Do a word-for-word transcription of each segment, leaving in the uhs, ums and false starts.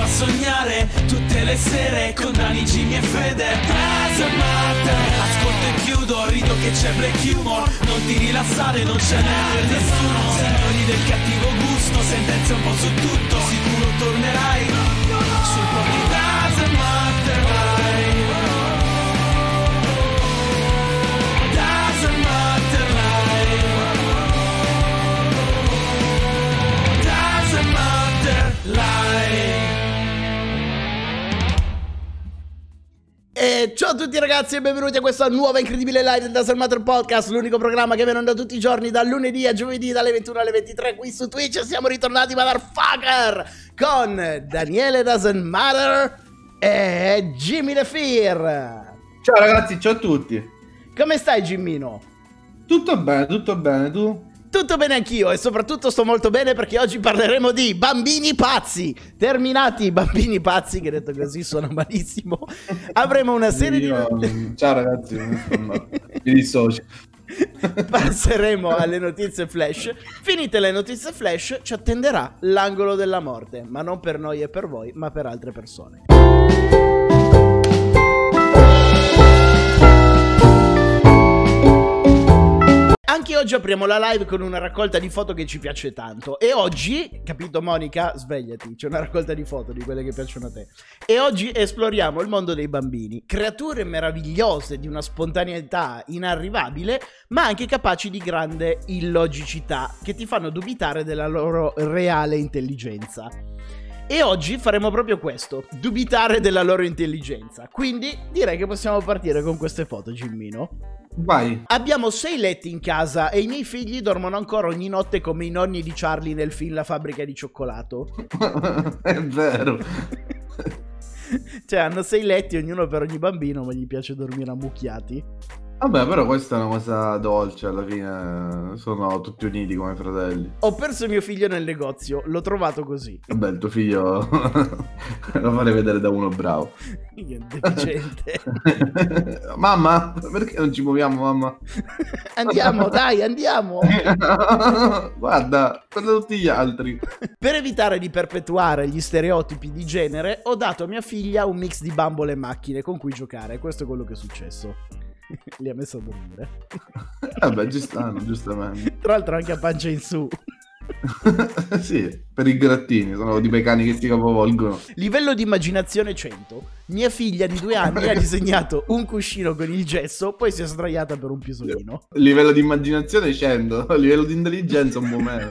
sognare tutte le sere con Dani, Jimmy e Fede. Doesn't matter. Ascolto e chiudo, rido che c'è black humor. Non ti rilassare, non ce n'è per nessuno. Signori del cattivo gusto, sentenze un po' su tutto. Sicuro tornerai sul po' di Doesn't matter, vai. Doesn't matter, vai. Doesn't matter, vai. E ciao a tutti ragazzi e benvenuti a questa nuova incredibile live del Doesn't Matter Podcast, l'unico programma che viene onda tutti i giorni dal lunedì a giovedì dalle ventuno alle ventitré qui su Twitch. Siamo ritornati motherfucker con Daniele Doesn't Matter e Jimmy The Fear. Ciao ragazzi, ciao a tutti. Come stai Jimmino? Tutto bene, tutto bene, tu? Tutto bene anch'io e soprattutto sto molto bene perché oggi parleremo di bambini pazzi. Terminati i bambini pazzi, che detto così suona malissimo, avremo una serie Io... di... Ciao ragazzi, insomma, mi dissocio. Passeremo alle notizie flash. Finite le notizie flash ci attenderà l'angolo della morte, ma non per noi e per voi, ma per altre persone. Anche oggi apriamo la live con una raccolta di foto che ci piace tanto. E oggi, capito Monica? Svegliati, c'è una raccolta di foto di quelle che piacciono a te. E oggi esploriamo il mondo dei bambini. Creature meravigliose di una spontaneità inarrivabile, ma anche capaci di grande illogicità, che ti fanno dubitare della loro reale intelligenza. E oggi faremo proprio questo, dubitare della loro intelligenza. Quindi direi che possiamo partire con queste foto, Gimmino. Vai. Abbiamo sei letti in casa e i miei figli dormono ancora ogni notte come i nonni di Charlie nel film La fabbrica di cioccolato. È vero. Cioè hanno sei letti ognuno per ogni bambino, ma gli piace dormire ammucchiati. Vabbè, però questa è una cosa dolce, alla fine sono tutti uniti come fratelli. Ho perso mio figlio nel negozio, l'ho trovato così. Vabbè, il tuo figlio lo farei vedere da uno bravo. Che deficiente. Mamma, perché non ci muoviamo, mamma? Andiamo, dai, andiamo. Guarda, guarda tutti gli altri. Per evitare di perpetuare gli stereotipi di genere, ho dato a mia figlia un mix di bambole e macchine con cui giocare. Questo è quello che è successo. Li ha messo a dormire. Vabbè, ci stanno, giustamente. Tra l'altro anche a pancia in su. Sì, per i grattini, sono di quei cani che si capovolgono. Livello di immaginazione cento. Mia figlia di due anni ha disegnato un cuscino con il gesso, poi si è sdraiata per un pisolino. Livello di immaginazione cento, livello di intelligenza un po' meno.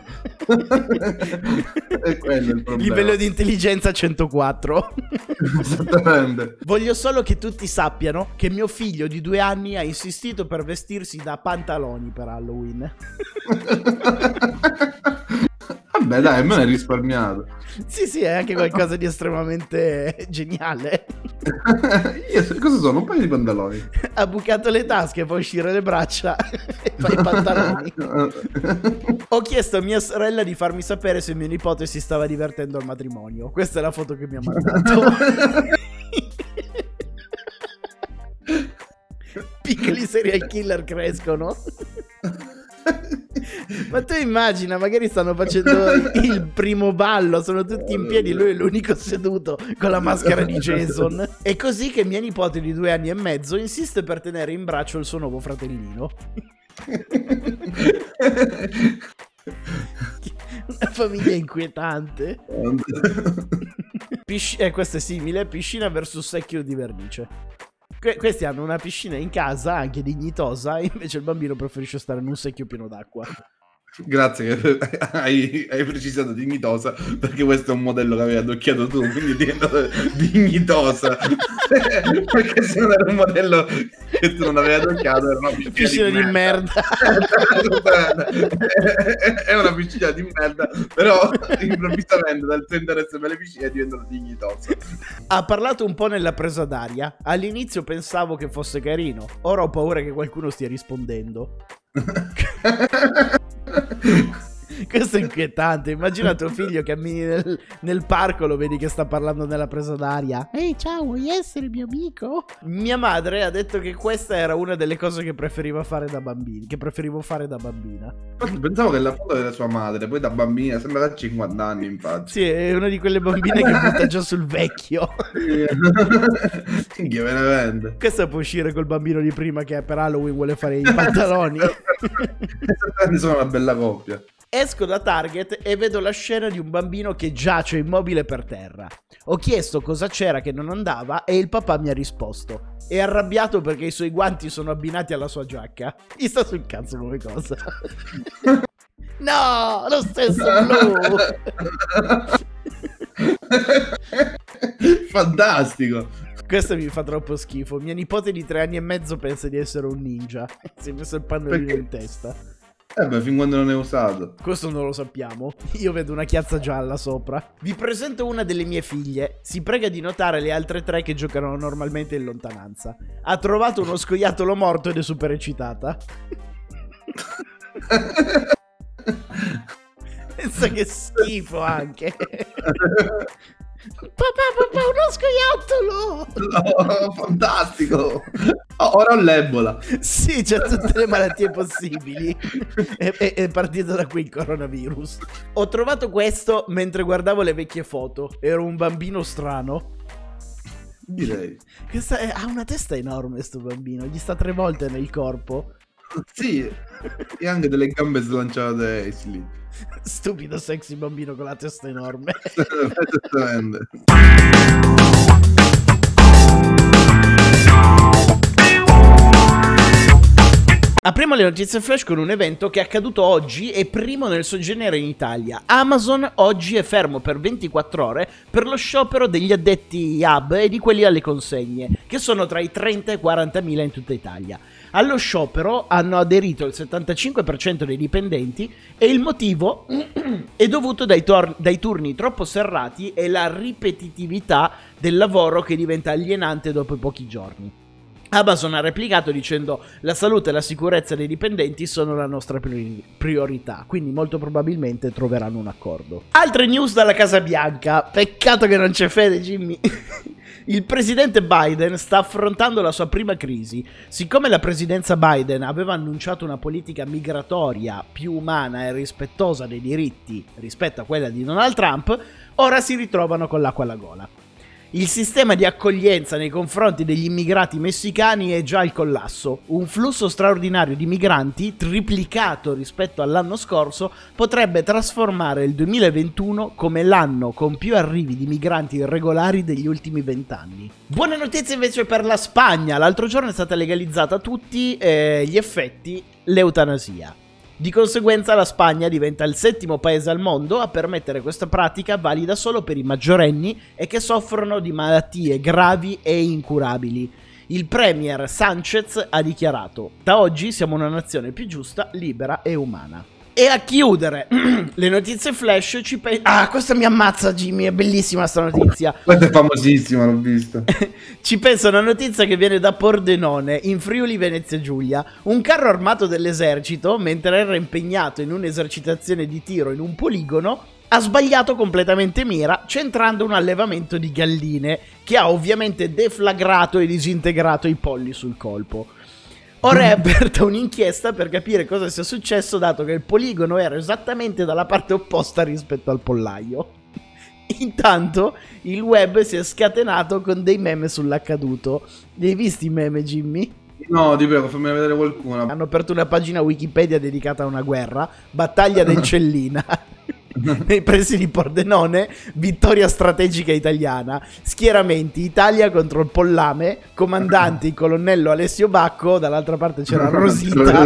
E quello è il problema. Livello di intelligenza centoquattro. Esattamente. Voglio solo che tutti sappiano che mio figlio di due anni ha insistito per vestirsi da pantaloni per Halloween. Vabbè dai, me ne hai risparmiato. Sì sì, è anche qualcosa di estremamente geniale. Io, cosa sono? Un paio di pantaloni. Ha bucato le tasche, fa uscire le braccia e fa i pantaloni. Ho chiesto a mia sorella di farmi sapere se mio nipote si stava divertendo al matrimonio. Questa è la foto che mi ha mandato. Piccoli serial killer crescono. Ma tu immagina, magari stanno facendo il primo ballo, sono tutti in piedi, lui è l'unico seduto con la maschera di Jason. È così che mia nipote di due anni e mezzo insiste per tenere in braccio il suo nuovo fratellino. Una famiglia inquietante. Pisc- eh, questo è simile, piscina versus secchio di vernice. Que- questi hanno una piscina in casa, anche dignitosa, invece il bambino preferisce stare in un secchio pieno d'acqua. Grazie che hai, hai precisato dignitosa, perché questo è un modello che avevi adocchiato tu, quindi è diventato dignitosa. Perché se non era un modello che tu non avevi adocchiato, era una piscina, piscina di, di merda, merda. È una piscina di merda, però improvvisamente dal tuo interesse per le piscine è diventata dignitosa. Ha parlato un po' nella presa d'aria. All'inizio pensavo che fosse carino, ora ho paura che qualcuno stia rispondendo. Questo è inquietante. Immagina tuo figlio cammini nel, nel parco, lo vedi che sta parlando nella presa d'aria. Ehi, ciao, vuoi essere mio amico? Mia madre ha detto che questa era una delle cose che preferiva fare da bambina. Che preferivo fare da bambina. Pensavo che la foto della sua madre, poi da bambina, sembra da cinquanta anni, infatti. Sì, è una di quelle bambine che butta già sul vecchio. Che veramente. Questa può uscire col bambino di prima che per Halloween vuole fare i pantaloni. Sono una bella coppia. Esco da Target e vedo la scena di un bambino che giace immobile per terra. Ho chiesto cosa c'era che non andava e il papà mi ha risposto. È arrabbiato perché i suoi guanti sono abbinati alla sua giacca. Gli sta sul cazzo come cosa. No, lo stesso blu. Fantastico. Questo mi fa troppo schifo. Mia nipote di tre anni e mezzo pensa di essere un ninja. Si è messo il pannolino Perché? in testa. Eh beh, fin quando non è usato. Questo non lo sappiamo. Io vedo una chiazza gialla sopra. Vi presento una delle mie figlie. Si prega di notare le altre tre che giocano normalmente in lontananza. Ha trovato uno scoiattolo morto ed è super eccitata. Pensa che schifo anche. Papà, papà, uno scoiattolo! Oh, fantastico! Oh, ora ho l'Ebola. Sì, c'è tutte le malattie possibili. È, è, è partito da qui il coronavirus. Ho trovato questo mentre guardavo le vecchie foto. Ero un bambino strano. Direi. Questa è, ha una testa enorme sto bambino. Gli sta tre volte nel corpo. Sì, e anche delle gambe slanciate lì. Stupido sexy bambino con la testa enorme. Esattamente. Apriamo le notizie flash con un evento che è accaduto oggi e primo nel suo genere in Italia. Amazon oggi è fermo per ventiquattro ore per lo sciopero degli addetti hub e di quelli alle consegne, che sono tra i trenta e i quarantamila in tutta Italia. Allo sciopero hanno aderito il settantacinque per cento dei dipendenti e il motivo è dovuto dai, tor- dai turni troppo serrati e la ripetitività del lavoro che diventa alienante dopo pochi giorni. Amazon ha replicato dicendo: la salute e la sicurezza dei dipendenti sono la nostra priori- priorità, quindi molto probabilmente troveranno un accordo. Altre news dalla Casa Bianca. Peccato che non c'è Fede, Jimmy. Il presidente Biden sta affrontando la sua prima crisi. Siccome la presidenza Biden aveva annunciato una politica migratoria più umana e rispettosa dei diritti rispetto a quella di Donald Trump, ora si ritrovano con l'acqua alla gola. Il sistema di accoglienza nei confronti degli immigrati messicani è già al collasso. Un flusso straordinario di migranti, triplicato rispetto all'anno scorso, potrebbe trasformare il duemilaventuno come l'anno con più arrivi di migranti irregolari degli ultimi vent'anni. Buone notizie invece per la Spagna. L'altro giorno è stata legalizzata a tutti eh, gli effetti l'eutanasia. Di conseguenza la Spagna diventa il settimo paese al mondo a permettere questa pratica valida solo per i maggiorenni e che soffrono di malattie gravi e incurabili. Il premier Sánchez ha dichiarato: da oggi siamo una nazione più giusta, libera e umana. E a chiudere le notizie flash ci penso... Ah, questa mi ammazza, Jimmy, è bellissima sta notizia. Questa è famosissima, l'ho vista. Ci penso a una notizia che viene da Pordenone, in Friuli Venezia Giulia. Un carro armato dell'esercito, mentre era impegnato in un'esercitazione di tiro in un poligono, ha sbagliato completamente mira, centrando un allevamento di galline, che ha ovviamente deflagrato e disintegrato i polli sul colpo. Ora è aperta un'inchiesta per capire cosa sia successo, dato che il poligono era esattamente dalla parte opposta rispetto al pollaio. Intanto il web si è scatenato con dei meme sull'accaduto. Li hai visti i meme, Jimmy? No, ti prego, fammi vedere qualcuno. Hanno aperto una pagina Wikipedia dedicata a una guerra, battaglia d'Encellina. Nei pressi di Pordenone, vittoria strategica italiana. Schieramenti: Italia contro il Pollame, comandanti colonnello Alessio Bacco, dall'altra parte c'era Rosita.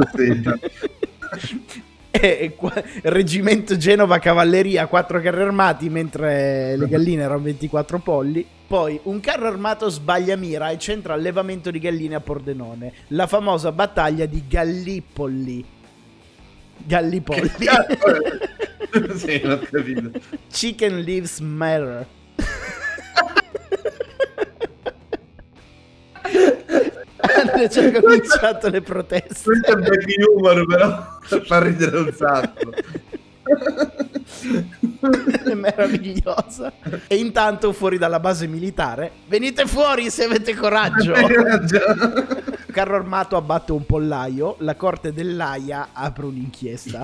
E qua, reggimento Genova Cavalleria, quattro carri armati, mentre le galline erano ventiquattro polli. Poi un carro armato sbaglia mira e centra allevamento di galline a Pordenone. La famosa battaglia di Gallipoli. Gallipoli. Sì, l'ho capito. Chicken Lives Matter. Hanno già cominciato le proteste. Questo è back humor, però fa ridere un sacco. È meravigliosa. E intanto fuori dalla base militare, venite fuori se avete coraggio. Carro armato abbatte un pollaio, la corte dell'Aia apre un'inchiesta.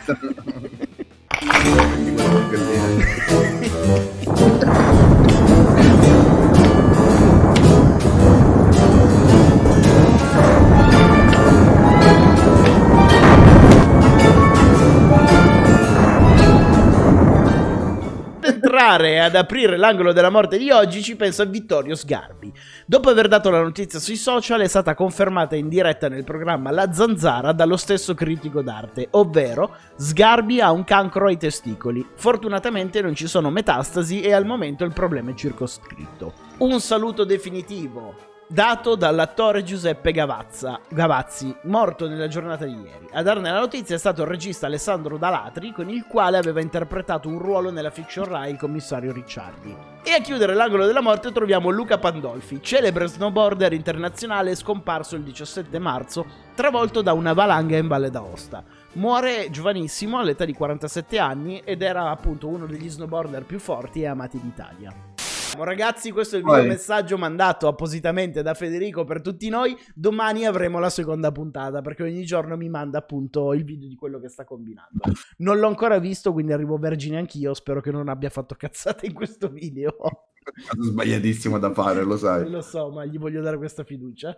Entrare ad aprire l'angolo della morte di oggi ci pensa Vittorio Sgarbi. Dopo aver dato la notizia sui social è stata confermata in diretta nel programma La Zanzara dallo stesso critico d'arte, ovvero Sgarbi ha un cancro ai testicoli. Fortunatamente non ci sono metastasi e al momento il problema è circoscritto. Un saluto definitivo dato dall'attore Giuseppe Gavazza, Gavazzi, morto nella giornata di ieri. A darne la notizia è stato il regista Alessandro Dalatri, con il quale aveva interpretato un ruolo nella fiction Rai Il commissario Ricciardi. E a chiudere l'angolo della morte troviamo Luca Pandolfi, celebre snowboarder internazionale scomparso il diciassette marzo, travolto da una valanga in Valle d'Aosta. Muore giovanissimo, all'età di quarantasette anni, ed era appunto uno degli snowboarder più forti e amati d'Italia. Ragazzi, questo è il mio messaggio mandato appositamente da Federico per tutti noi. Domani avremo la seconda puntata, perché ogni giorno mi manda appunto il video di quello che sta combinando. Non l'ho ancora visto, quindi arrivo vergine anch'io. Spero che non abbia fatto cazzate in questo video. Sbagliatissimo da fare, lo sai. Lo so, ma gli voglio dare questa fiducia.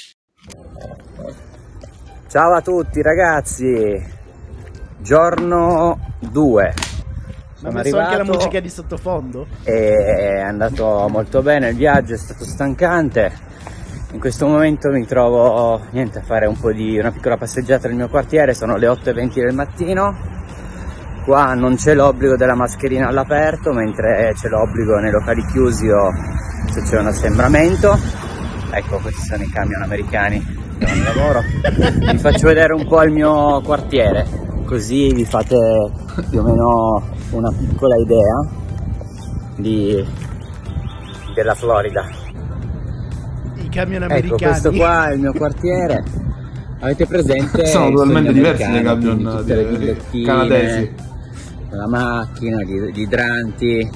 Ciao a tutti ragazzi, giorno due. Ma ho messo anche la musica di sottofondo. È andato molto bene il viaggio, è stato stancante. In questo momento mi trovo niente, a fare un po' di una piccola passeggiata nel mio quartiere. Sono le otto e venti del mattino. Qua non c'è l'obbligo della mascherina all'aperto, mentre c'è l'obbligo nei locali chiusi o se c'è un assembramento. Ecco, questi sono i camion americani che vanno al lavoro. Vi faccio vedere un po' il mio quartiere, così vi fate più o meno una piccola idea di, della Florida. I camion americani. Ecco, questo qua è il mio quartiere. Avete presente? Sono totalmente diversi dai camion canadesi. La macchina, gli, gli idranti,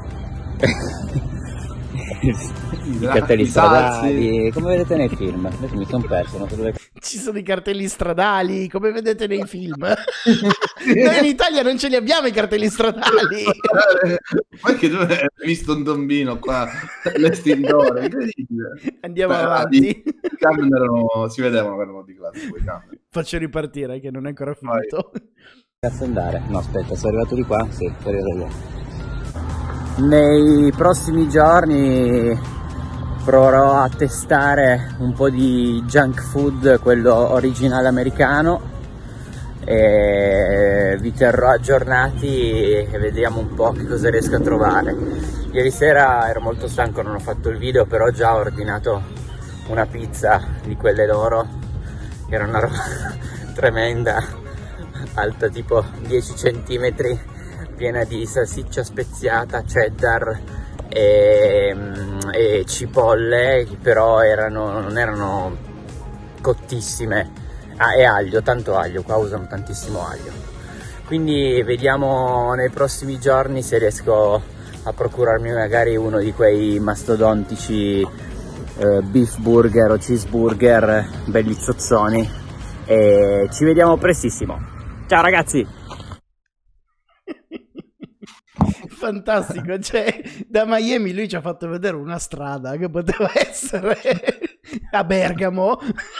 i cartelli stradali, come vedete nei film. Adesso mi sono perso, non so dove... Ci sono i cartelli stradali, come vedete nei film. Noi in Italia non ce li abbiamo i cartelli stradali. Ma che tu hai visto un tombino qua, l'estintore, incredibile. Andiamo Beh, avanti. I camion erano, si vedevano che erano di classe quei camion. Faccio ripartire che non è ancora finito. Vai. Cazzo andare? No, aspetta, sei arrivato di qua? Sì, sei arrivato di qua. Nei prossimi giorni proverò a testare un po' di junk food, quello originale americano, e vi terrò aggiornati e vediamo un po' che cosa riesco a trovare. Ieri sera ero molto stanco, non ho fatto il video, però già ho ordinato una pizza di quelle loro, che era una roba tremenda, alta tipo dieci centimetri, piena di salsiccia speziata, cheddar e, e cipolle, che però erano, non erano cottissime, ah, e aglio, tanto aglio, qua usano tantissimo aglio. Quindi vediamo nei prossimi giorni se riesco a procurarmi magari uno di quei mastodontici eh, beef burger o cheeseburger belli zozzoni, e ci vediamo prestissimo. Ciao ragazzi! Fantastico, cioè da Miami lui ci ha fatto vedere una strada che poteva essere a Bergamo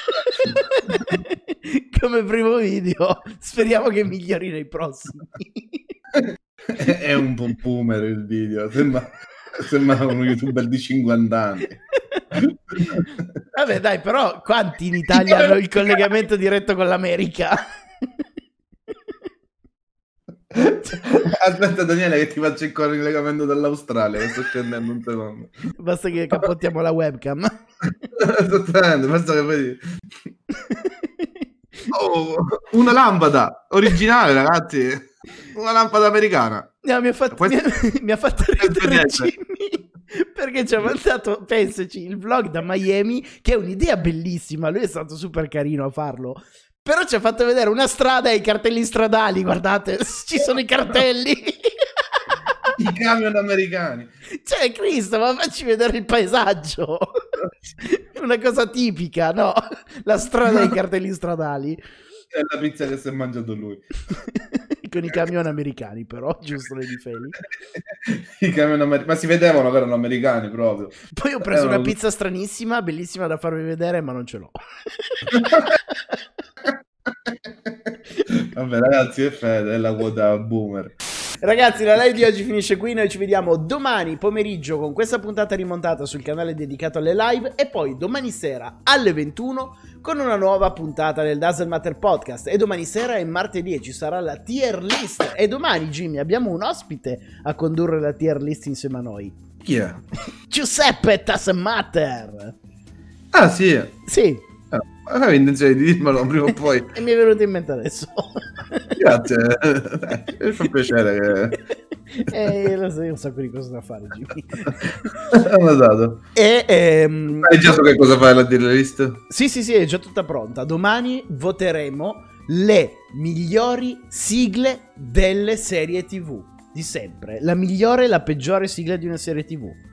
come primo video. Speriamo che migliori nei prossimi. È un po' boomer il video, sembra, sembra uno youtuber di cinquanta anni. Vabbè dai, però quanti in Italia hanno il collegamento diretto con l'America? Aspetta Daniele che ti faccio il collegamento dall'Australia, che sto scendendo un secondo. Basta che capottiamo la webcam. Esattamente, basta che vedi. Oh, una lampada originale, ragazzi, una lampada americana. No, mi ha fatto, Questo... mi, mi ha fatto ridere Jimmy, perché ci ha mandato, pensaci, il vlog da Miami, che è un'idea bellissima, lui è stato super carino a farlo. Però ci ha fatto vedere una strada e i cartelli stradali, guardate, ci sono i cartelli. I camion americani. Cioè, Cristo, ma facci vedere il paesaggio. Una cosa tipica, no? La strada e i cartelli stradali. È la pizza che si è mangiato lui. Con i camion americani, però, giusto, le difeli. I camion amer- ma si vedevano che erano americani proprio. Poi ho preso Erano- una pizza stranissima, bellissima da farvi vedere, ma non ce l'ho. Vabbè, ragazzi, è fede, è la quota boomer. Ragazzi, la live di oggi finisce qui. Noi ci vediamo domani pomeriggio con questa puntata rimontata sul canale dedicato alle live e poi domani sera alle ventuno con una nuova puntata del Doesn't Matter Podcast. E domani sera è martedì e ci sarà la tier list. E domani, Jimmy, abbiamo un ospite a condurre la tier list insieme a noi. Chi è? Giuseppe Doesn't Matter. Ah, sì. Sì, Avevo intenzione di dirmelo prima o poi. e mi è venuto in mente adesso. Grazie. Dai, mi fa piacere che... E lo so, io ho un sacco di cose da fare, Jimmy. Ho notato. E ehm, Hai già so che cosa fai alla tier list? sì, sì, sì, è già tutta pronta. Domani voteremo le migliori sigle delle serie tivù di sempre. La migliore e la peggiore sigla di una serie tivù.